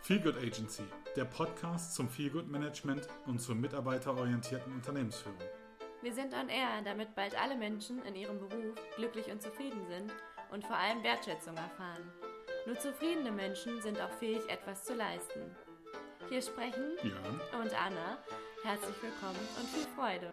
Feelgood Agency, der Podcast zum Feelgood Management und zur mitarbeiterorientierten Unternehmensführung. Wir sind on air, damit bald alle Menschen in ihrem Beruf glücklich und zufrieden sind und vor allem Wertschätzung erfahren. Nur zufriedene Menschen sind auch fähig, etwas zu leisten. Hier sprechen Jörn und Anna. Herzlich willkommen und viel Freude.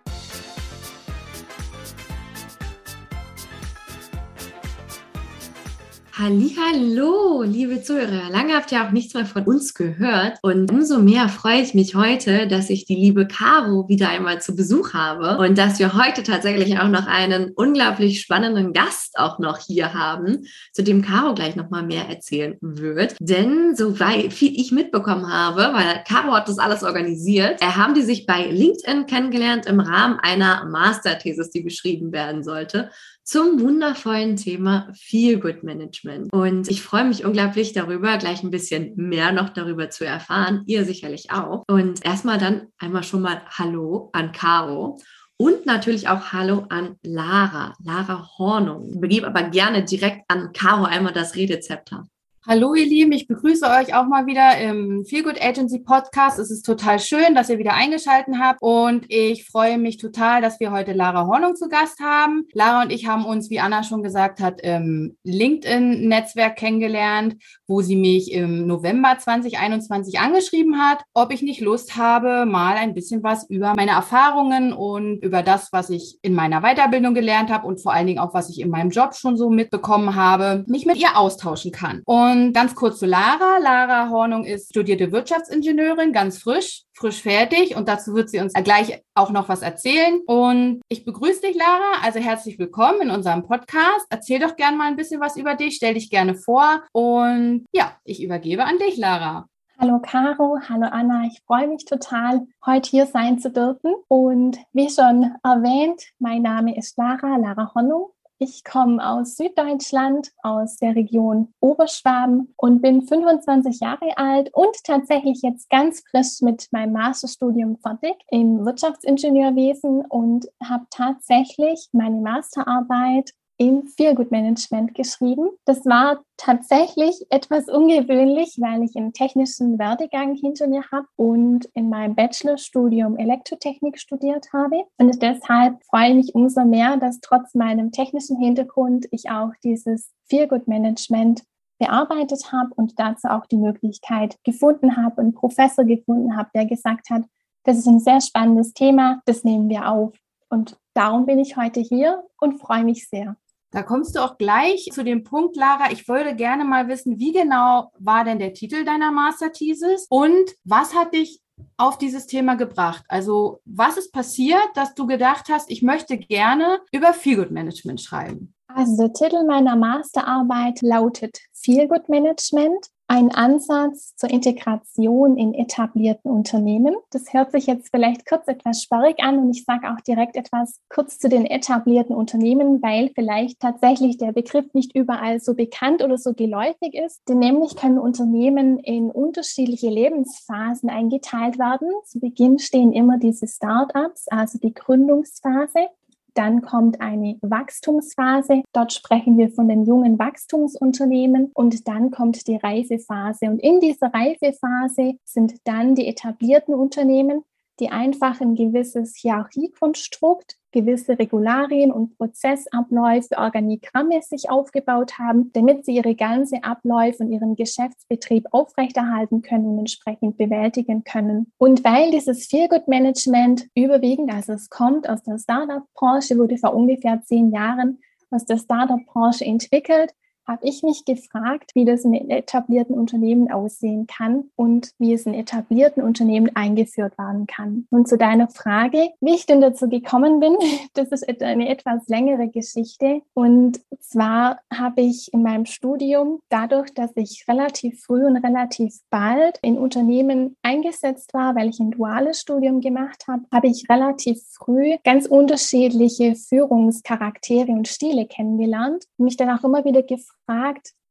Hallihallo, liebe Zuhörer. Lange habt ihr auch nichts mehr von uns gehört und umso mehr freue ich mich heute, dass ich die liebe Caro wieder einmal zu Besuch habe und dass wir heute tatsächlich auch noch einen unglaublich spannenden Gast auch noch hier haben, zu dem Caro gleich nochmal mehr erzählen wird. Denn soweit viel ich mitbekommen habe, weil Caro hat das alles organisiert, haben die sich bei LinkedIn kennengelernt im Rahmen einer Masterthesis, die geschrieben werden sollte, zum wundervollen Thema Feelgood Management. Und ich freue mich unglaublich darüber, gleich ein bisschen mehr noch darüber zu erfahren. Ihr sicherlich auch. Und erstmal dann einmal schon mal Hallo an Caro und natürlich auch Hallo an Lara Hornung. Ich begebe aber gerne direkt an Caro einmal das Redezepter. Hallo ihr Lieben, ich begrüße euch auch mal wieder im Feelgood Agency Podcast. Es ist total schön, dass ihr wieder eingeschaltet habt und ich freue mich total, dass wir heute Lara Hornung zu Gast haben. Lara und ich haben uns, wie Anna schon gesagt hat, im LinkedIn-Netzwerk kennengelernt, wo sie mich im November 2021 angeschrieben hat, ob ich nicht Lust habe, mal ein bisschen was über meine Erfahrungen und über das, was ich in meiner Weiterbildung gelernt habe und vor allen Dingen auch, was ich in meinem Job schon so mitbekommen habe, mich mit ihr austauschen kann. Und ganz kurz zu Lara. Lara Hornung ist studierte Wirtschaftsingenieurin, ganz frisch fertig und dazu wird sie uns gleich auch noch was erzählen. Und ich begrüße dich, Lara, also herzlich willkommen in unserem Podcast. Erzähl doch gerne mal ein bisschen was über dich, stell dich gerne vor und ja, ich übergebe an dich, Lara. Hallo Caro, hallo Anna, ich freue mich total, heute hier sein zu dürfen und wie schon erwähnt, mein Name ist Lara Hornung. Ich komme aus Süddeutschland, aus der Region Oberschwaben und bin 25 Jahre alt und tatsächlich jetzt ganz frisch mit meinem Masterstudium fertig im Wirtschaftsingenieurwesen und habe tatsächlich meine Masterarbeit im Feelgood Management geschrieben. Das war tatsächlich etwas ungewöhnlich, weil ich einen technischen Werdegang hinter mir habe und in meinem Bachelorstudium Elektrotechnik studiert habe. Und deshalb freue ich mich umso mehr, dass trotz meinem technischen Hintergrund ich auch dieses Feelgood Management bearbeitet habe und dazu auch die Möglichkeit gefunden habe, einen Professor gefunden habe, der gesagt hat, das ist ein sehr spannendes Thema, das nehmen wir auf. Und darum bin ich heute hier und freue mich sehr. Da kommst du auch gleich zu dem Punkt, Lara. Ich würde gerne mal wissen, wie genau war denn der Titel deiner Masterthesis und was hat dich auf dieses Thema gebracht? Also was ist passiert, dass du gedacht hast, ich möchte gerne über Feelgood Management schreiben? Also der Titel meiner Masterarbeit lautet Feelgood Management. Ein Ansatz zur Integration in etablierten Unternehmen. Das hört sich jetzt vielleicht kurz etwas sperrig an und ich sage auch direkt etwas kurz zu den etablierten Unternehmen, weil vielleicht tatsächlich der Begriff nicht überall so bekannt oder so geläufig ist. Denn nämlich können Unternehmen in unterschiedliche Lebensphasen eingeteilt werden. Zu Beginn stehen immer diese Start-ups, also die Gründungsphase. Dann kommt eine Wachstumsphase. Dort sprechen wir von den jungen Wachstumsunternehmen. Und dann kommt die Reifephase. Und in dieser Reifephase sind dann die etablierten Unternehmen, die einfach ein gewisses Hierarchiekonstrukt, gewisse Regularien und Prozessabläufe, Organigramme sich aufgebaut haben, damit sie ihre ganze Abläufe und ihren Geschäftsbetrieb aufrechterhalten können und entsprechend bewältigen können. Und weil dieses Feelgood Management überwiegend, also es kommt aus der Startup-Branche, wurde vor ungefähr 10 Jahren aus der Startup-Branche entwickelt, habe ich mich gefragt, wie das in etablierten Unternehmen aussehen kann und wie es in etablierten Unternehmen eingeführt werden kann. Und zu deiner Frage, wie ich denn dazu gekommen bin, das ist eine etwas längere Geschichte. Und zwar habe ich in meinem Studium, dadurch, dass ich relativ früh und relativ bald in Unternehmen eingesetzt war, weil ich ein duales Studium gemacht habe, habe ich relativ früh ganz unterschiedliche Führungscharaktere und Stile kennengelernt und mich dann auch immer wieder gefragt,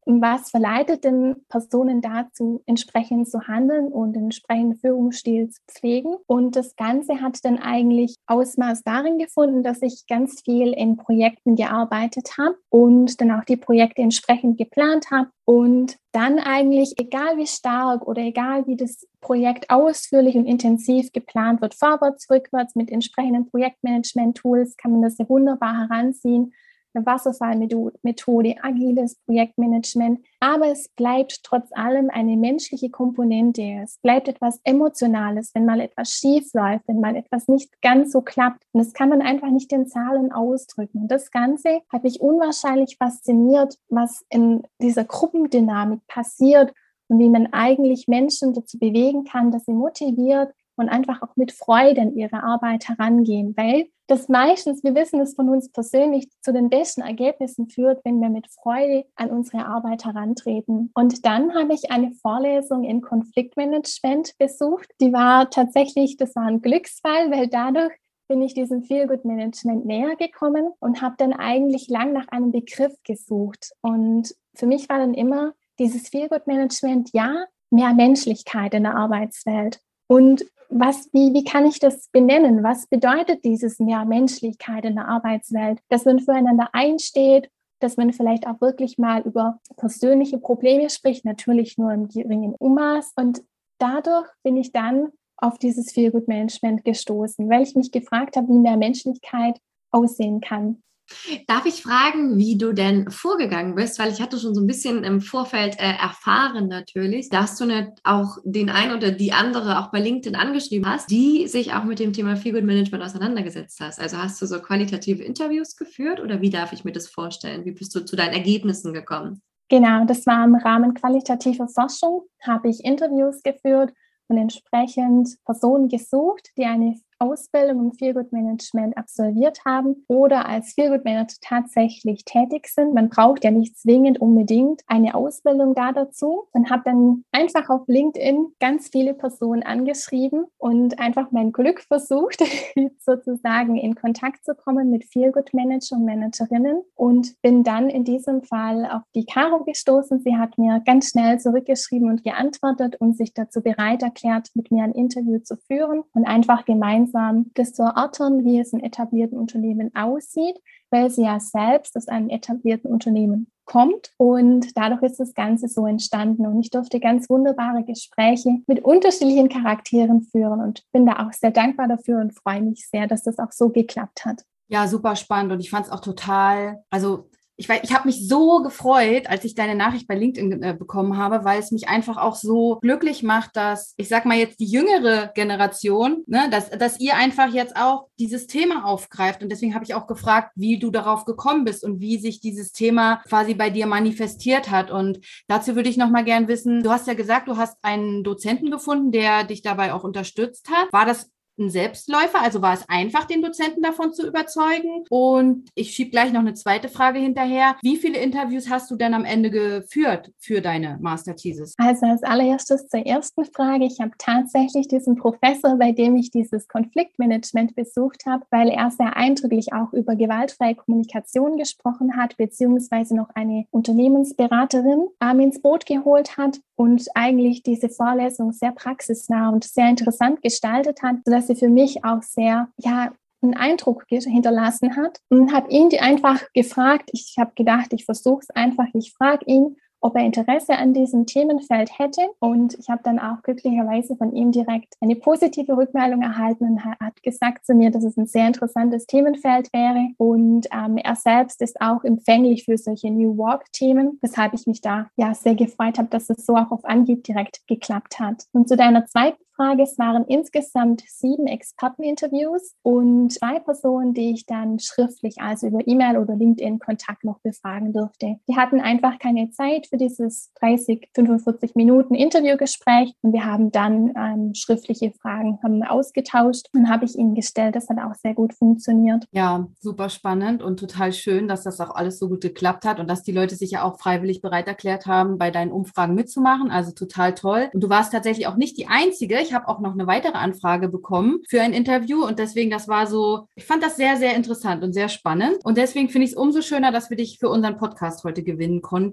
Und was verleitet denn Personen dazu, entsprechend zu handeln und den entsprechenden Führungsstil zu pflegen? Und das Ganze hat dann eigentlich Ausmaß darin gefunden, dass ich ganz viel in Projekten gearbeitet habe und dann auch die Projekte entsprechend geplant habe und dann eigentlich, egal wie stark oder egal wie das Projekt ausführlich und intensiv geplant wird, vorwärts, rückwärts mit entsprechenden Projektmanagement-Tools kann man das ja wunderbar heranziehen. Eine Wasserfallmethode, agiles Projektmanagement. Aber es bleibt trotz allem eine menschliche Komponente. Es bleibt etwas Emotionales, wenn mal etwas schief läuft, wenn mal etwas nicht ganz so klappt. Und das kann man einfach nicht in Zahlen ausdrücken. Und das Ganze hat mich unwahrscheinlich fasziniert, was in dieser Gruppendynamik passiert und wie man eigentlich Menschen dazu bewegen kann, dass sie motiviert und einfach auch mit Freude an ihre Arbeit herangehen, weil das meistens, wir wissen es von uns persönlich, zu den besten Ergebnissen führt, wenn wir mit Freude an unsere Arbeit herantreten. Und dann habe ich eine Vorlesung in Konfliktmanagement besucht. Die war tatsächlich, das war ein Glücksfall, weil dadurch bin ich diesem Feel-Good-Management näher gekommen und habe dann eigentlich lang nach einem Begriff gesucht. Und für mich war dann immer dieses Feel-Good-Management, ja, mehr Menschlichkeit in der Arbeitswelt. Und wie kann ich das benennen? Was bedeutet dieses mehr Menschlichkeit in der Arbeitswelt? Dass man füreinander einsteht, dass man vielleicht auch wirklich mal über persönliche Probleme spricht, natürlich nur im geringen Ummaß. Und dadurch bin ich dann auf dieses Feel-Good-Management gestoßen, weil ich mich gefragt habe, wie mehr Menschlichkeit aussehen kann. Darf ich fragen, wie du denn vorgegangen bist? Weil ich hatte schon so ein bisschen im Vorfeld erfahren natürlich, dass du nicht auch den einen oder die andere auch bei LinkedIn angeschrieben hast, die sich auch mit dem Thema Feel-Good-Management auseinandergesetzt hast. Also hast du so qualitative Interviews geführt oder wie darf ich mir das vorstellen? Wie bist du zu deinen Ergebnissen gekommen? Genau, das war im Rahmen qualitativer Forschung, habe ich Interviews geführt und entsprechend Personen gesucht, die eine Ausbildung im Feel-Good-Management absolviert haben oder als Feel-Good-Manager tatsächlich tätig sind. Man braucht ja nicht zwingend unbedingt eine Ausbildung dazu und habe dann einfach auf LinkedIn ganz viele Personen angeschrieben und einfach mein Glück versucht, sozusagen in Kontakt zu kommen mit Feel-Good-Manager und Managerinnen und bin dann in diesem Fall auf die Caro gestoßen. Sie hat mir ganz schnell zurückgeschrieben und geantwortet und sich dazu bereit erklärt, mit mir ein Interview zu führen und einfach gemeinsam das zu erörtern, wie es in etablierten Unternehmen aussieht, weil sie ja selbst aus einem etablierten Unternehmen kommt und dadurch ist das Ganze so entstanden und ich durfte ganz wunderbare Gespräche mit unterschiedlichen Charakteren führen und bin da auch sehr dankbar dafür und freue mich sehr, dass das auch so geklappt hat. Ja, super spannend und ich fand es auch total, ich habe mich so gefreut, als ich deine Nachricht bei LinkedIn bekommen habe, weil es mich einfach auch so glücklich macht, dass, ich sag mal jetzt die jüngere Generation, ne, dass ihr einfach jetzt auch dieses Thema aufgreift. Und deswegen habe ich auch gefragt, wie du darauf gekommen bist und wie sich dieses Thema quasi bei dir manifestiert hat. Und dazu würde ich noch mal gern wissen, du hast ja gesagt, du hast einen Dozenten gefunden, der dich dabei auch unterstützt hat. War das ein Selbstläufer? Also war es einfach, den Dozenten davon zu überzeugen? Und ich schiebe gleich noch eine zweite Frage hinterher. Wie viele Interviews hast du dann am Ende geführt für deine Master-Thesis? Also als allererstes zur ersten Frage. Ich habe tatsächlich diesen Professor, bei dem ich dieses Konfliktmanagement besucht habe, weil er sehr eindrücklich auch über gewaltfreie Kommunikation gesprochen hat, beziehungsweise noch eine Unternehmensberaterin ins Boot geholt hat und eigentlich diese Vorlesung sehr praxisnah und sehr interessant gestaltet hat, sodass sie für mich auch sehr, einen Eindruck hinterlassen hat und habe ihn einfach gefragt, ich habe gedacht, ich versuche es einfach, ich frage ihn, ob er Interesse an diesem Themenfeld hätte und ich habe dann auch glücklicherweise von ihm direkt eine positive Rückmeldung erhalten und hat gesagt zu mir, dass es ein sehr interessantes Themenfeld wäre und er selbst ist auch empfänglich für solche New Work-Themen, weshalb ich mich da sehr gefreut habe, dass es so auch auf Anhieb direkt geklappt hat. Und zu deiner zweiten Frage, es waren insgesamt 7 Experteninterviews und 2 Personen, die ich dann schriftlich, also über E-Mail oder LinkedIn-Kontakt noch befragen durfte. Die hatten einfach keine Zeit für dieses 30, 45 Minuten Interviewgespräch und wir haben dann schriftliche Fragen ausgetauscht und habe ich ihnen gestellt. Das hat auch sehr gut funktioniert. Ja, super spannend und total schön, dass das auch alles so gut geklappt hat und dass die Leute sich ja auch freiwillig bereit erklärt haben, bei deinen Umfragen mitzumachen. Also total toll. Und du warst tatsächlich auch nicht die Einzige. Ich habe auch noch eine weitere Anfrage bekommen für ein Interview und deswegen, ich fand das sehr, sehr interessant und sehr spannend und deswegen finde ich es umso schöner, dass wir dich für unseren Podcast heute gewinnen konnten.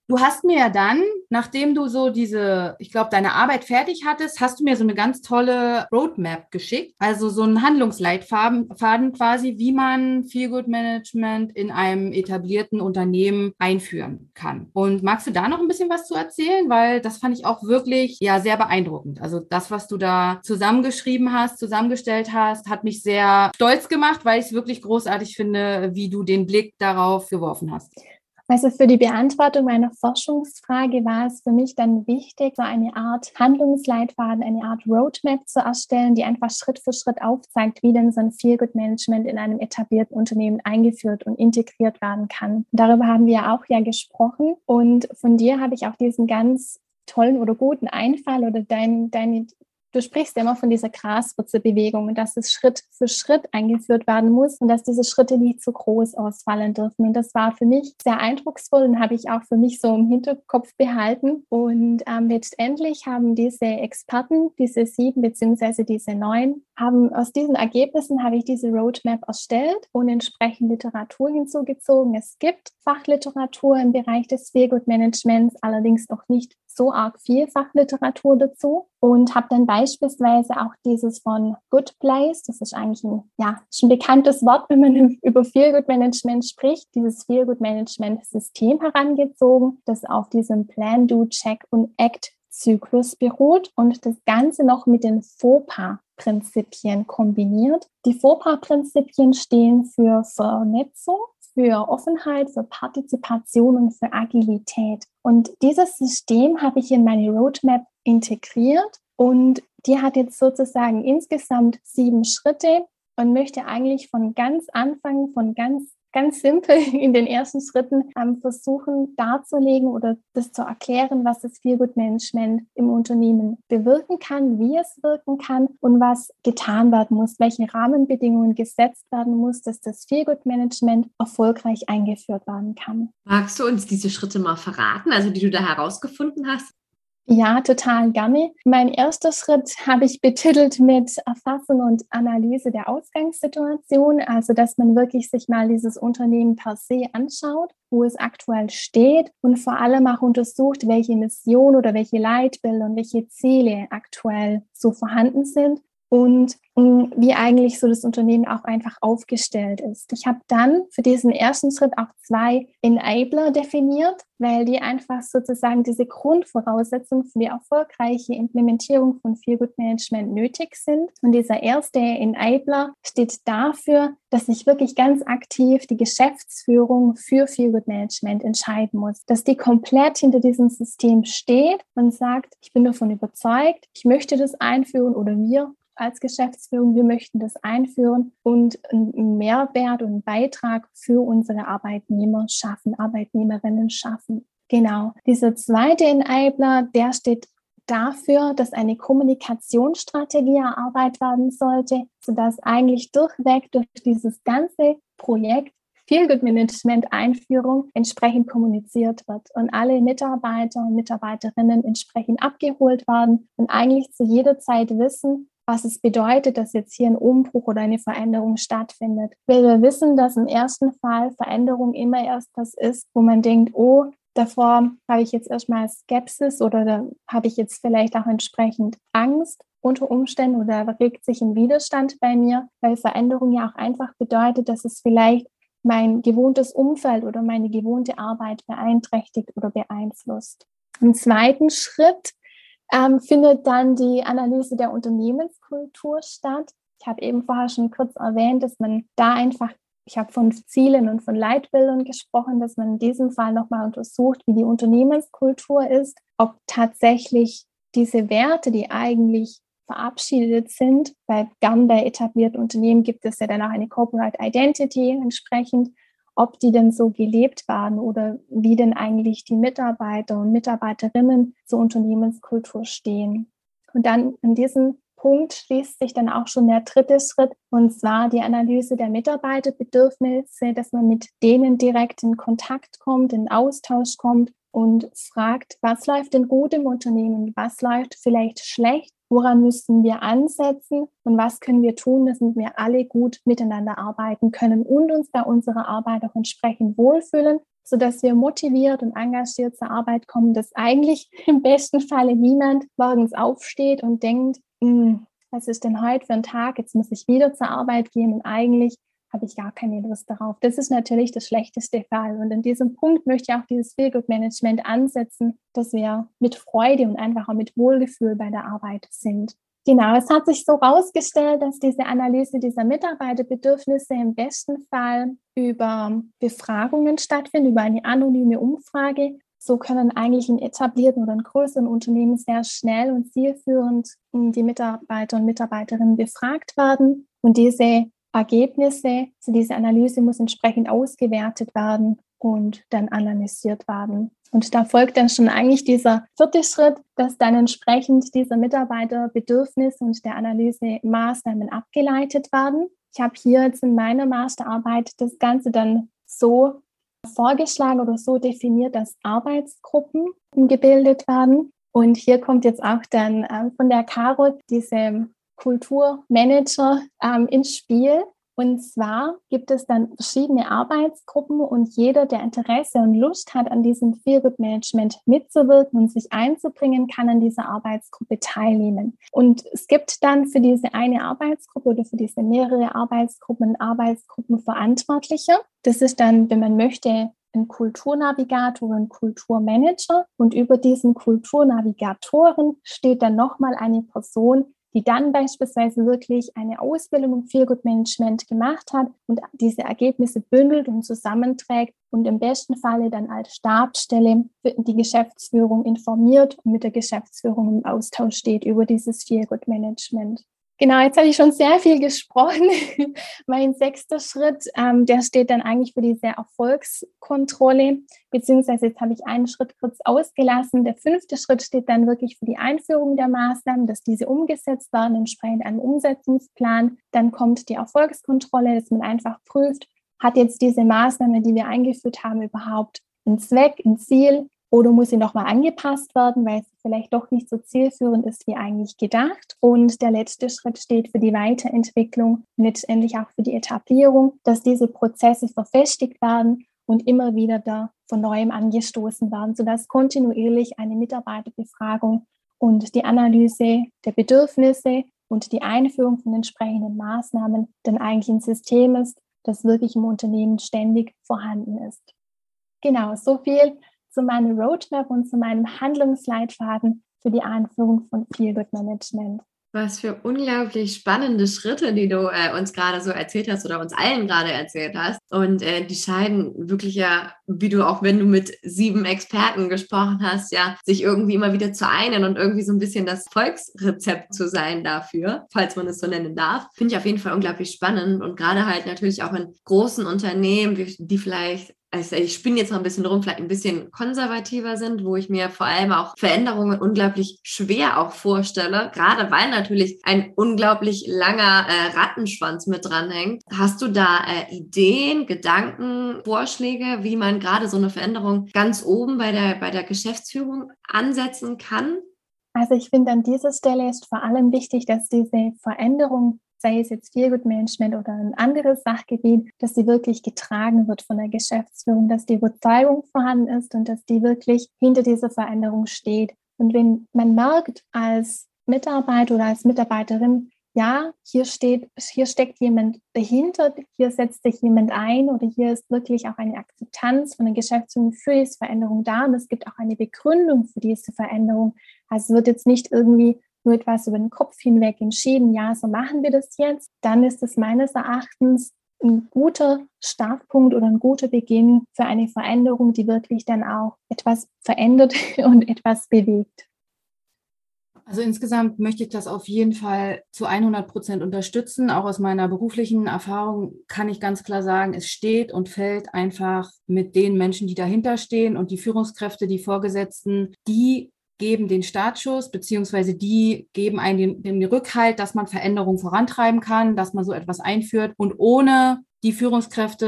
Du hast mir ja dann, nachdem du so deine Arbeit fertig hattest, hast du mir so eine ganz tolle Roadmap geschickt. Also so einen Handlungsleitfaden quasi, wie man Feel-Good Management in einem etablierten Unternehmen einführen kann. Und magst du da noch ein bisschen was zu erzählen? Weil das fand ich auch wirklich, ja, sehr beeindruckend. Also das, was du da zusammengestellt hast, hat mich sehr stolz gemacht, weil ich es wirklich großartig finde, wie du den Blick darauf geworfen hast. Also für die Beantwortung meiner Forschungsfrage war es für mich dann wichtig, so eine Art Handlungsleitfaden, eine Art Roadmap zu erstellen, die einfach Schritt für Schritt aufzeigt, wie denn so ein Feel-Good-Management in einem etablierten Unternehmen eingeführt und integriert werden kann. Darüber haben wir auch ja gesprochen und von dir habe ich auch diesen ganz tollen oder guten Einfall oder du sprichst ja immer von dieser Graswurzelbewegung und dass es Schritt für Schritt eingeführt werden muss und dass diese Schritte nicht zu groß ausfallen dürfen. Und das war für mich sehr eindrucksvoll und habe ich auch für mich so im Hinterkopf behalten. Und letztendlich haben diese Experten, diese 7 bzw. diese 9, aus diesen Ergebnissen habe ich diese Roadmap erstellt und entsprechend Literatur hinzugezogen. Es gibt Fachliteratur im Bereich des Feel-Good-Managements, allerdings noch nicht so arg viel Fachliteratur dazu und habe dann beispielsweise auch dieses von Good Place, das ist eigentlich ein bekanntes Wort, wenn man über Feel-Good-Management spricht, dieses Feel-Good-Management-System herangezogen, das auf diesem Plan, Do, Check und Act-Zyklus beruht und das Ganze noch mit den FOPA-Prinzipien kombiniert. Die FOPA-Prinzipien stehen für Vernetzung, für Offenheit, für Partizipation und für Agilität. Und dieses System habe ich in meine Roadmap integriert und die hat jetzt sozusagen insgesamt 7 Schritte und möchte eigentlich von ganz Anfang, von ganz simpel in den ersten Schritten versuchen darzulegen oder das zu erklären, was das Feel-Good-Management im Unternehmen bewirken kann, wie es wirken kann und was getan werden muss, welche Rahmenbedingungen gesetzt werden muss, dass das Feel-Good-Management erfolgreich eingeführt werden kann. Magst du uns diese Schritte mal verraten, also die du da herausgefunden hast? Ja, total gerne. Mein erster Schritt habe ich betitelt mit Erfassung und Analyse der Ausgangssituation, also dass man wirklich sich mal dieses Unternehmen per se anschaut, wo es aktuell steht und vor allem auch untersucht, welche Mission oder welche Leitbilder und welche Ziele aktuell so vorhanden sind und wie eigentlich so das Unternehmen auch einfach aufgestellt ist. Ich habe dann für diesen ersten Schritt auch 2 Enabler definiert, weil die einfach sozusagen diese Grundvoraussetzungen für die erfolgreiche Implementierung von Feel-Good-Management nötig sind. Und dieser erste Enabler steht dafür, dass sich wirklich ganz aktiv die Geschäftsführung für Feel-Good-Management entscheiden muss, dass die komplett hinter diesem System steht und sagt, ich bin davon überzeugt, ich möchte das einführen oder wir als Geschäftsführung, wir möchten das einführen und einen Mehrwert und einen Beitrag für unsere Arbeitnehmer schaffen, Arbeitnehmerinnen schaffen. Genau. Dieser zweite Enabler, der steht dafür, dass eine Kommunikationsstrategie erarbeitet werden sollte, sodass eigentlich durchweg durch dieses ganze Projekt Feel-Good-Management-Einführung entsprechend kommuniziert wird und alle Mitarbeiter und Mitarbeiterinnen entsprechend abgeholt werden und eigentlich zu jeder Zeit wissen, was es bedeutet, dass jetzt hier ein Umbruch oder eine Veränderung stattfindet. Weil wir wissen, dass im ersten Fall Veränderung immer erst was ist, wo man denkt, oh, davor habe ich jetzt erstmal Skepsis oder da habe ich jetzt vielleicht auch entsprechend Angst unter Umständen oder regt sich ein Widerstand bei mir, weil Veränderung ja auch einfach bedeutet, dass es vielleicht mein gewohntes Umfeld oder meine gewohnte Arbeit beeinträchtigt oder beeinflusst. Im zweiten Schritt findet dann die Analyse der Unternehmenskultur statt. Ich habe eben vorher schon kurz erwähnt, dass man da einfach, ich habe von Zielen und von Leitbildern gesprochen, dass man in diesem Fall nochmal untersucht, wie die Unternehmenskultur ist, ob tatsächlich diese Werte, die eigentlich verabschiedet sind, weil gern bei etablierten Unternehmen gibt es ja dann auch eine Corporate Identity entsprechend, ob die denn so gelebt waren oder wie denn eigentlich die Mitarbeiter und Mitarbeiterinnen zur Unternehmenskultur stehen. Und dann an diesem Punkt schließt sich dann auch schon der dritte Schritt, und zwar die Analyse der Mitarbeiterbedürfnisse, dass man mit denen direkt in Kontakt kommt, in Austausch kommt und fragt, was läuft denn gut im Unternehmen, was läuft vielleicht schlecht, woran müssen wir ansetzen und was können wir tun, dass wir alle gut miteinander arbeiten können und uns bei unserer Arbeit auch entsprechend wohlfühlen, sodass wir motiviert und engagiert zur Arbeit kommen, dass eigentlich im besten Falle niemand morgens aufsteht und denkt, was ist denn heute für ein Tag, jetzt muss ich wieder zur Arbeit gehen und eigentlich habe ich gar keine Lust darauf. Das ist natürlich das schlechteste Fall. Und in diesem Punkt möchte ich auch dieses Feel-Good-Management ansetzen, dass wir mit Freude und einfach auch mit Wohlgefühl bei der Arbeit sind. Genau, es hat sich so herausgestellt, dass diese Analyse dieser Mitarbeiterbedürfnisse im besten Fall über Befragungen stattfindet, über eine anonyme Umfrage. So können eigentlich in etablierten oder in größeren Unternehmen sehr schnell und zielführend die Mitarbeiter und Mitarbeiterinnen befragt werden. Und diese Ergebnisse, also diese Analyse muss entsprechend ausgewertet werden und dann analysiert werden. Und da folgt dann schon eigentlich dieser 4. Schritt, dass dann entsprechend dieser Mitarbeiterbedürfnisse und der Analyse Maßnahmen abgeleitet werden. Ich habe hier jetzt in meiner Masterarbeit das Ganze dann so vorgeschlagen oder so definiert, dass Arbeitsgruppen gebildet werden. Und hier kommt jetzt auch dann von der Caro diese Kulturmanager ins Spiel. Und zwar gibt es dann verschiedene Arbeitsgruppen und jeder, der Interesse und Lust hat, an diesem Feel-Good-Management mitzuwirken und sich einzubringen, kann an dieser Arbeitsgruppe teilnehmen. Und es gibt dann für diese eine Arbeitsgruppe oder für diese mehrere Arbeitsgruppen Arbeitsgruppenverantwortliche. Das ist dann, wenn man möchte, ein Kulturnavigator oder ein Kulturmanager. Und über diesen Kulturnavigatoren steht dann nochmal eine Person, die dann beispielsweise wirklich eine Ausbildung im Feel-Good-Management gemacht hat und diese Ergebnisse bündelt und zusammenträgt und im besten Falle dann als Stabsstelle die Geschäftsführung informiert und mit der Geschäftsführung im Austausch steht über dieses Feel-Good-Management. Genau, jetzt habe ich schon sehr viel gesprochen. Mein 6. Schritt, der steht dann eigentlich für diese Erfolgskontrolle, beziehungsweise jetzt habe ich einen Schritt kurz ausgelassen. Der 5. Schritt steht dann wirklich für die Einführung der Maßnahmen, dass diese umgesetzt werden, entsprechend einem Umsetzungsplan. Dann kommt die Erfolgskontrolle, dass man einfach prüft, hat jetzt diese Maßnahme, die wir eingeführt haben, überhaupt einen Zweck, ein Ziel? Oder muss sie nochmal angepasst werden, weil sie vielleicht doch nicht so zielführend ist wie eigentlich gedacht. Und der letzte Schritt steht für die Weiterentwicklung, letztendlich auch für die Etablierung, dass diese Prozesse verfestigt werden und immer wieder da von Neuem angestoßen werden, sodass kontinuierlich eine Mitarbeiterbefragung und die Analyse der Bedürfnisse und die Einführung von entsprechenden Maßnahmen dann eigentlich ein System ist, das wirklich im Unternehmen ständig vorhanden ist. Genau, so viel zu meiner Roadmap und zu meinem Handlungsleitfaden für die Einführung von Feel-Good-Management. Was für unglaublich spannende Schritte, die du uns gerade so erzählt hast oder uns allen gerade erzählt hast. Und die scheinen wirklich ja, wie du auch, wenn du mit 7 Experten gesprochen hast, ja, sich irgendwie immer wieder zu einen und irgendwie so ein bisschen das Volksrezept zu sein dafür, falls man es so nennen darf. Finde ich auf jeden Fall unglaublich spannend und gerade halt natürlich auch in großen Unternehmen, die vielleicht, also ich spinne jetzt mal ein bisschen rum, vielleicht ein bisschen konservativer sind, wo ich mir vor allem auch Veränderungen unglaublich schwer auch vorstelle, gerade weil natürlich ein unglaublich langer Rattenschwanz mit dranhängt. Hast du da Ideen, Gedanken, Vorschläge, wie man gerade so eine Veränderung ganz oben bei der Geschäftsführung ansetzen kann? Also ich finde, an dieser Stelle ist vor allem wichtig, dass diese Veränderung, sei es jetzt Feel-Good-Management oder ein anderes Sachgebiet, dass die wirklich getragen wird von der Geschäftsführung, dass die Überzeugung vorhanden ist und dass die wirklich hinter dieser Veränderung steht. Und wenn man merkt als Mitarbeiter oder als Mitarbeiterin, ja, hier steckt jemand dahinter, hier setzt sich jemand ein oder hier ist wirklich auch eine Akzeptanz von der Geschäftsführung für diese Veränderung da und es gibt auch eine Begründung für diese Veränderung. Also es wird jetzt nicht irgendwie nur etwas über den Kopf hinweg entschieden, ja, so machen wir das jetzt, dann ist es meines Erachtens ein guter Startpunkt oder ein guter Beginn für eine Veränderung, die wirklich dann auch etwas verändert und etwas bewegt. Also insgesamt möchte ich das auf jeden Fall zu 100% unterstützen. Auch aus meiner beruflichen Erfahrung kann ich ganz klar sagen, es steht und fällt einfach mit den Menschen, die dahinter stehen und die Führungskräfte, die Vorgesetzten, die geben den Startschuss, beziehungsweise die geben einen den Rückhalt, dass man Veränderungen vorantreiben kann, dass man so etwas einführt. Und ohne die Führungskräfte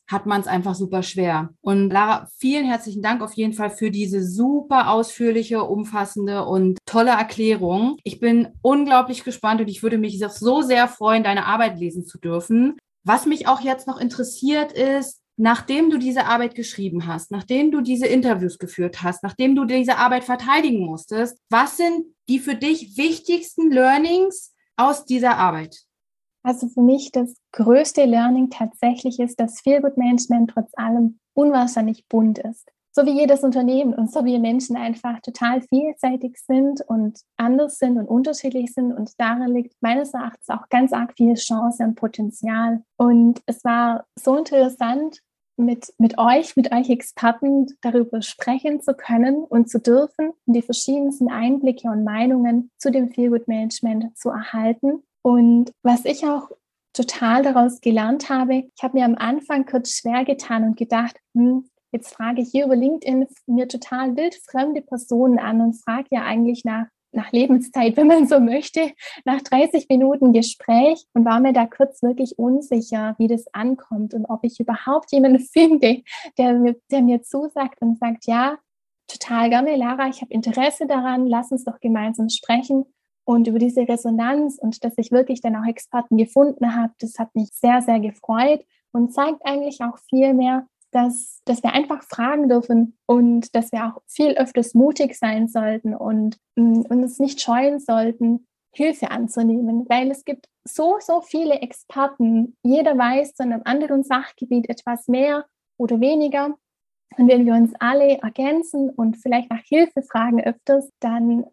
hat man es einfach super schwer. Und Lara, vielen herzlichen Dank auf jeden Fall für diese super ausführliche, umfassende und tolle Erklärung. Ich bin unglaublich gespannt und ich würde mich so sehr freuen, deine Arbeit lesen zu dürfen. Was mich auch jetzt noch interessiert ist, nachdem du diese Arbeit geschrieben hast, nachdem du diese Interviews geführt hast, nachdem du diese Arbeit verteidigen musstest, was sind die für dich wichtigsten Learnings aus dieser Arbeit? Also für mich das größte Learning tatsächlich ist, dass Feel-Good-Management trotz allem unwahrscheinlich bunt ist. So wie jedes Unternehmen und so wie Menschen einfach total vielseitig sind und anders sind und unterschiedlich sind. Und darin liegt meines Erachtens auch ganz arg viel Chance und Potenzial. Und es war so interessant, mit euch Experten darüber sprechen zu können und zu dürfen und die verschiedensten Einblicke und Meinungen zu dem Feel-Good-Management zu erhalten. Und was ich auch total daraus gelernt habe, ich habe mir am Anfang kurz schwer getan und gedacht, jetzt frage ich hier über LinkedIn mir total wildfremde Personen an und frage ja eigentlich nach Lebenszeit, wenn man so möchte, nach 30 Minuten Gespräch und war mir da kurz wirklich unsicher, wie das ankommt und ob ich überhaupt jemanden finde, der mir zusagt und sagt, ja, total gerne, Lara, ich habe Interesse daran, lass uns doch gemeinsam sprechen. Und über diese Resonanz und dass ich wirklich dann auch Experten gefunden habe, das hat mich sehr, sehr gefreut und zeigt eigentlich auch viel mehr, dass wir einfach fragen dürfen und dass wir auch viel öfters mutig sein sollten und uns nicht scheuen sollten, Hilfe anzunehmen, weil es gibt so viele Experten. Jeder weiß zu einem anderen Sachgebiet etwas mehr oder weniger. Und wenn wir uns alle ergänzen und vielleicht nach Hilfe fragen öfters, dann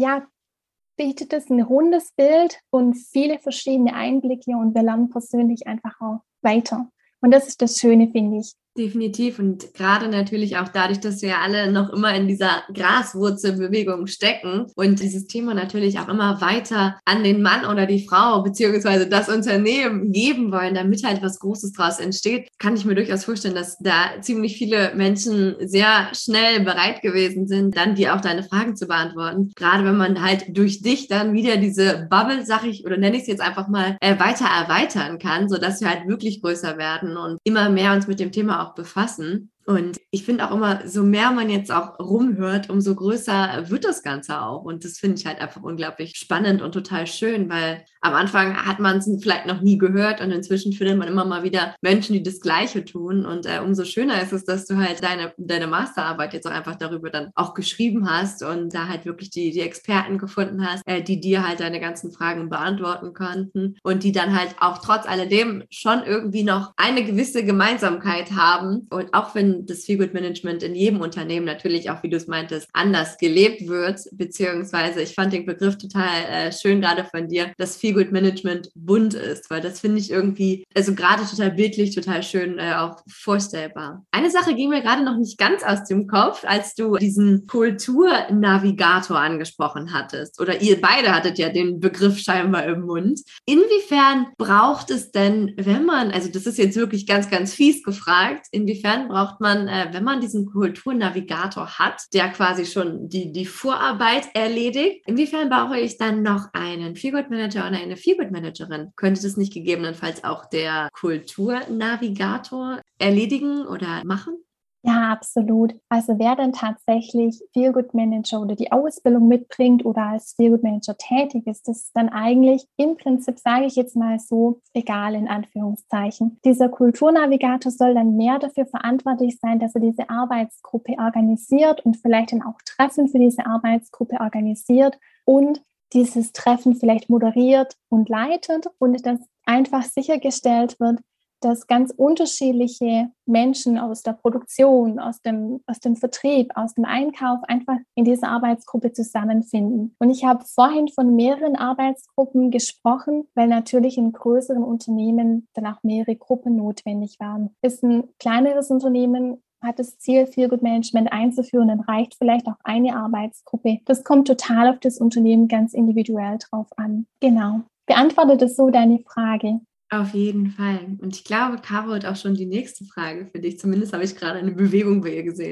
bietet es ein rundes Bild und viele verschiedene Einblicke und wir lernen persönlich einfach auch weiter. Und das ist das Schöne, finde ich. Definitiv und gerade natürlich auch dadurch, dass wir alle noch immer in dieser Graswurzelbewegung stecken und dieses Thema natürlich auch immer weiter an den Mann oder die Frau beziehungsweise das Unternehmen geben wollen, damit halt was Großes draus entsteht, kann ich mir durchaus vorstellen, dass da ziemlich viele Menschen sehr schnell bereit gewesen sind, dann dir auch deine Fragen zu beantworten. Gerade wenn man halt durch dich dann wieder diese Bubble, sag ich, oder nenne ich es jetzt einfach mal, weiter erweitern kann, sodass wir halt wirklich größer werden und immer mehr uns mit dem Thema auch befassen. Und ich finde auch immer, so mehr man jetzt auch rumhört, umso größer wird das Ganze auch. Und das finde ich halt einfach unglaublich spannend und total schön, weil am Anfang hat man es vielleicht noch nie gehört und inzwischen findet man immer mal wieder Menschen, die das Gleiche tun. Und umso schöner ist es, dass du halt deine Masterarbeit jetzt auch einfach darüber dann auch geschrieben hast und da halt wirklich die Experten gefunden hast, die dir halt deine ganzen Fragen beantworten konnten und die dann halt auch trotz alledem schon irgendwie noch eine gewisse Gemeinsamkeit haben. Und auch wenn das Feel-Good-Management in jedem Unternehmen natürlich auch, wie du es meintest, anders gelebt wird, beziehungsweise ich fand den Begriff total schön gerade von dir, dass Feel-Good-Management bunt ist, weil das finde ich irgendwie, also gerade total bildlich, total schön auch vorstellbar. Eine Sache ging mir gerade noch nicht ganz aus dem Kopf, als du diesen Kulturnavigator angesprochen hattest oder ihr beide hattet ja den Begriff scheinbar im Mund. Inwiefern braucht es denn, wenn man, also das ist jetzt wirklich ganz, ganz fies gefragt, inwiefern braucht man, wenn man diesen Kulturnavigator hat, der quasi schon die Vorarbeit erledigt, inwiefern brauche ich dann noch einen Feel-Good-Manager oder eine Feel-Good-Managerin? Könnte das nicht gegebenenfalls auch der Kulturnavigator erledigen oder machen? Ja, absolut. Also wer dann tatsächlich Feel-Good-Manager oder die Ausbildung mitbringt oder als Feel-Good-Manager tätig ist, das ist dann eigentlich im Prinzip, sage ich jetzt mal so, egal in Anführungszeichen. Dieser Kulturnavigator soll dann mehr dafür verantwortlich sein, dass er diese Arbeitsgruppe organisiert und vielleicht dann auch Treffen für diese Arbeitsgruppe organisiert und dieses Treffen vielleicht moderiert und leitet und dass einfach sichergestellt wird, dass ganz unterschiedliche Menschen aus der Produktion, aus dem Vertrieb, aus dem Einkauf einfach in dieser Arbeitsgruppe zusammenfinden. Und ich habe vorhin von mehreren Arbeitsgruppen gesprochen, weil natürlich in größeren Unternehmen dann auch mehrere Gruppen notwendig waren. Ist ein kleineres Unternehmen, hat das Ziel, Feel-Good-Management einzuführen, dann reicht vielleicht auch eine Arbeitsgruppe. Das kommt total auf das Unternehmen ganz individuell drauf an. Genau. Beantwortet es so deine Frage? Auf jeden Fall. Und ich glaube, Caro hat auch schon die nächste Frage für dich. Zumindest habe ich gerade eine Bewegung bei ihr gesehen.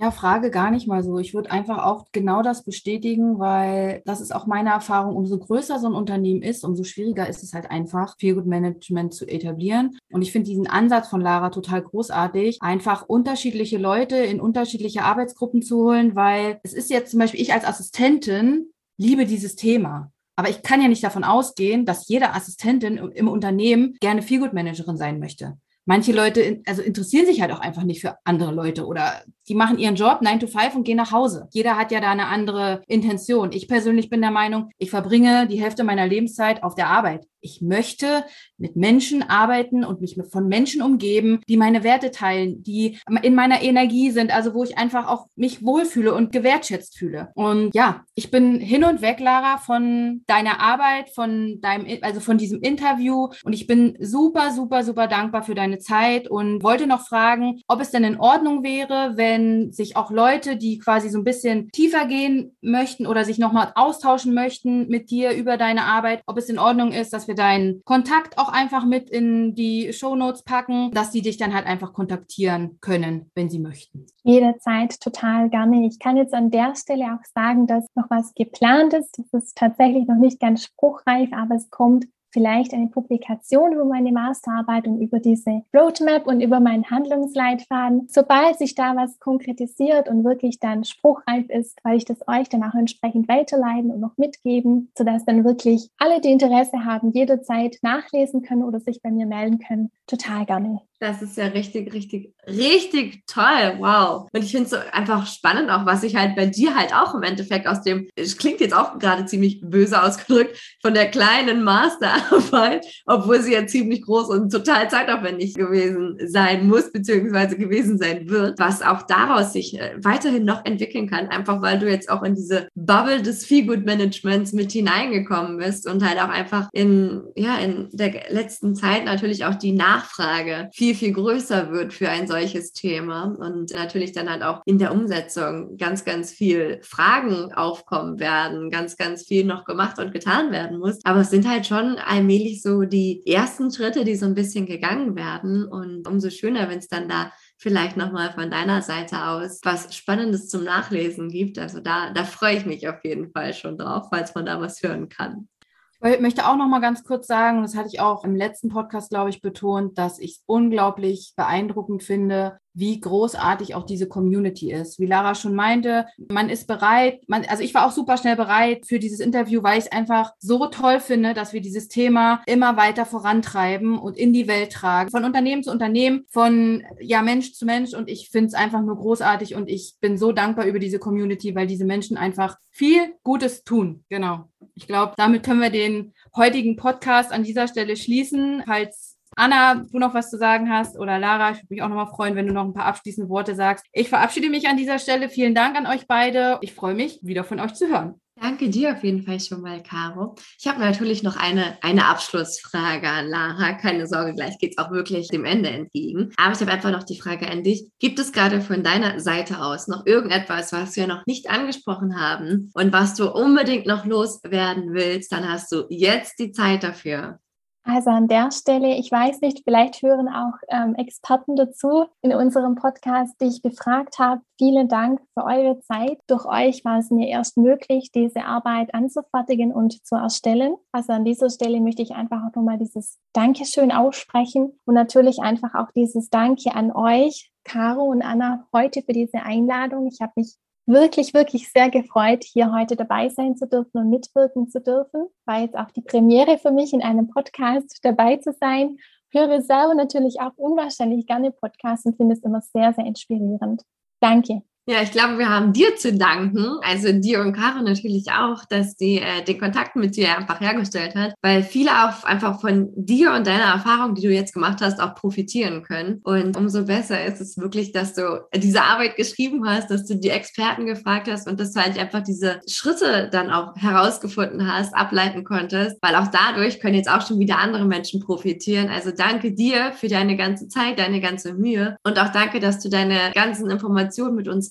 Ja, Frage gar nicht mal so. Ich würde einfach auch genau das bestätigen, weil das ist auch meine Erfahrung. Umso größer so ein Unternehmen ist, umso schwieriger ist es halt einfach, Feel-Good Management zu etablieren. Und ich finde diesen Ansatz von Lara total großartig, einfach unterschiedliche Leute in unterschiedliche Arbeitsgruppen zu holen, weil es ist jetzt zum Beispiel, ich als Assistentin liebe dieses Thema. Aber ich kann ja nicht davon ausgehen, dass jede Assistentin im Unternehmen gerne Feel-Good-Managerin sein möchte. Manche Leute interessieren sich halt auch einfach nicht für andere Leute oder die machen ihren Job 9 to 5 und gehen nach Hause. Jeder hat ja da eine andere Intention. Ich persönlich bin der Meinung, ich verbringe die Hälfte meiner Lebenszeit auf der Arbeit. Ich möchte mit Menschen arbeiten und mich von Menschen umgeben, die meine Werte teilen, die in meiner Energie sind, also wo ich einfach auch mich wohlfühle und gewertschätzt fühle. Und ja, ich bin hin und weg, Lara, von deiner Arbeit, von diesem Interview und ich bin super, super, super dankbar für deine Zeit und wollte noch fragen, ob es denn in Ordnung wäre, wenn sich auch Leute, die quasi so ein bisschen tiefer gehen möchten oder sich nochmal austauschen möchten mit dir über deine Arbeit, ob es in Ordnung ist, dass wir deinen Kontakt auch einfach mit in die Shownotes packen, dass die dich dann halt einfach kontaktieren können, wenn sie möchten. Jederzeit total gerne. Ich kann jetzt an der Stelle auch sagen, dass noch was geplant ist. Das ist tatsächlich noch nicht ganz spruchreif, aber es kommt vielleicht eine Publikation über meine Masterarbeit und über diese Roadmap und über meinen Handlungsleitfaden. Sobald sich da was konkretisiert und wirklich dann spruchreif ist, weil ich das euch dann auch entsprechend weiterleiten und noch mitgeben, sodass dann wirklich alle, die Interesse haben, jederzeit nachlesen können oder sich bei mir melden können. Total gerne. Das ist ja richtig, richtig, richtig toll. Wow. Und ich finde es so einfach spannend auch, was ich halt bei dir halt auch im Endeffekt aus dem, es klingt jetzt auch gerade ziemlich böse ausgedrückt, von der kleinen Masterarbeit, obwohl sie ja ziemlich groß und total zeitaufwendig gewesen sein muss, beziehungsweise gewesen sein wird, was auch daraus sich weiterhin noch entwickeln kann, einfach weil du jetzt auch in diese Bubble des Feel-Good-Managements mit hineingekommen bist und halt auch einfach in der letzten Zeit natürlich auch die Nachfrage viel, viel größer wird für ein solches Thema und natürlich dann halt auch in der Umsetzung ganz, ganz viel Fragen aufkommen werden, ganz, ganz viel noch gemacht und getan werden muss. Aber es sind halt schon allmählich so die ersten Schritte, die so ein bisschen gegangen werden und umso schöner, wenn es dann da vielleicht nochmal von deiner Seite aus was Spannendes zum Nachlesen gibt. Also da freue ich mich auf jeden Fall schon drauf, falls man da was hören kann. Ich möchte auch noch mal ganz kurz sagen, das hatte ich auch im letzten Podcast, glaube ich, betont, dass ich es unglaublich beeindruckend finde, wie großartig auch diese Community ist. Wie Lara schon meinte, man ist bereit, also ich war auch super schnell bereit für dieses Interview, weil ich es einfach so toll finde, dass wir dieses Thema immer weiter vorantreiben und in die Welt tragen. Von Unternehmen zu Unternehmen, von Mensch zu Mensch und ich finde es einfach nur großartig und ich bin so dankbar über diese Community, weil diese Menschen einfach viel Gutes tun. Genau. Ich glaube, damit können wir den heutigen Podcast an dieser Stelle schließen. Falls Anna, du noch was zu sagen hast oder Lara, ich würde mich auch nochmal freuen, wenn du noch ein paar abschließende Worte sagst. Ich verabschiede mich an dieser Stelle. Vielen Dank an euch beide. Ich freue mich, wieder von euch zu hören. Danke dir auf jeden Fall schon mal, Caro. Ich habe natürlich noch eine Abschlussfrage an Lara. Keine Sorge, gleich geht es auch wirklich dem Ende entgegen. Aber ich habe einfach noch die Frage an dich. Gibt es gerade von deiner Seite aus noch irgendetwas, was wir noch nicht angesprochen haben und was du unbedingt noch loswerden willst? Dann hast du jetzt die Zeit dafür. Also an der Stelle, ich weiß nicht, vielleicht hören auch Experten dazu in unserem Podcast, die ich befragt habe. Vielen Dank für eure Zeit. Durch euch war es mir erst möglich, diese Arbeit anzufertigen und zu erstellen. Also an dieser Stelle möchte ich einfach auch nochmal dieses Dankeschön aussprechen und natürlich einfach auch dieses Danke an euch, Caro und Anna, heute für diese Einladung. Ich habe mich wirklich, wirklich sehr gefreut, hier heute dabei sein zu dürfen und mitwirken zu dürfen. War jetzt auch die Premiere für mich, in einem Podcast dabei zu sein. Höre selber natürlich auch unwahrscheinlich gerne Podcasts und finde es immer sehr, sehr inspirierend. Danke. Ja, ich glaube, wir haben dir zu danken, also dir und Caro natürlich auch, dass die den Kontakt mit dir einfach hergestellt hat, weil viele auch einfach von dir und deiner Erfahrung, die du jetzt gemacht hast, auch profitieren können. Und umso besser ist es wirklich, dass du diese Arbeit geschrieben hast, dass du die Experten gefragt hast und dass du halt einfach diese Schritte dann auch herausgefunden hast, ableiten konntest, weil auch dadurch können jetzt auch schon wieder andere Menschen profitieren. Also danke dir für deine ganze Zeit, deine ganze Mühe und auch danke, dass du deine ganzen Informationen mit uns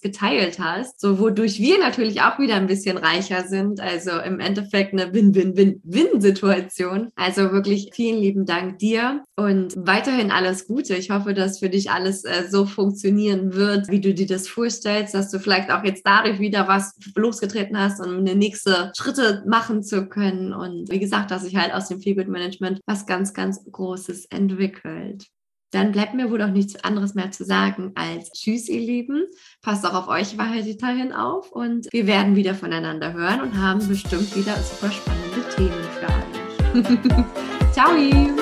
geteilt hast, so wodurch wir natürlich auch wieder ein bisschen reicher sind. Also im Endeffekt eine Win-Win-Win-Win-Situation. Also wirklich vielen lieben Dank dir und weiterhin alles Gute. Ich hoffe, dass für dich alles so funktionieren wird, wie du dir das vorstellst, dass du vielleicht auch jetzt dadurch wieder was losgetreten hast, um eine nächste Schritte machen zu können. Und wie gesagt, dass sich halt aus dem Feel-Good-Management was ganz, ganz Großes entwickelt. Dann bleibt mir wohl auch nichts anderes mehr zu sagen als Tschüss, ihr Lieben. Passt auch auf euch weiterhin auf und wir werden wieder voneinander hören und haben bestimmt wieder super spannende Themen für euch. Ciao!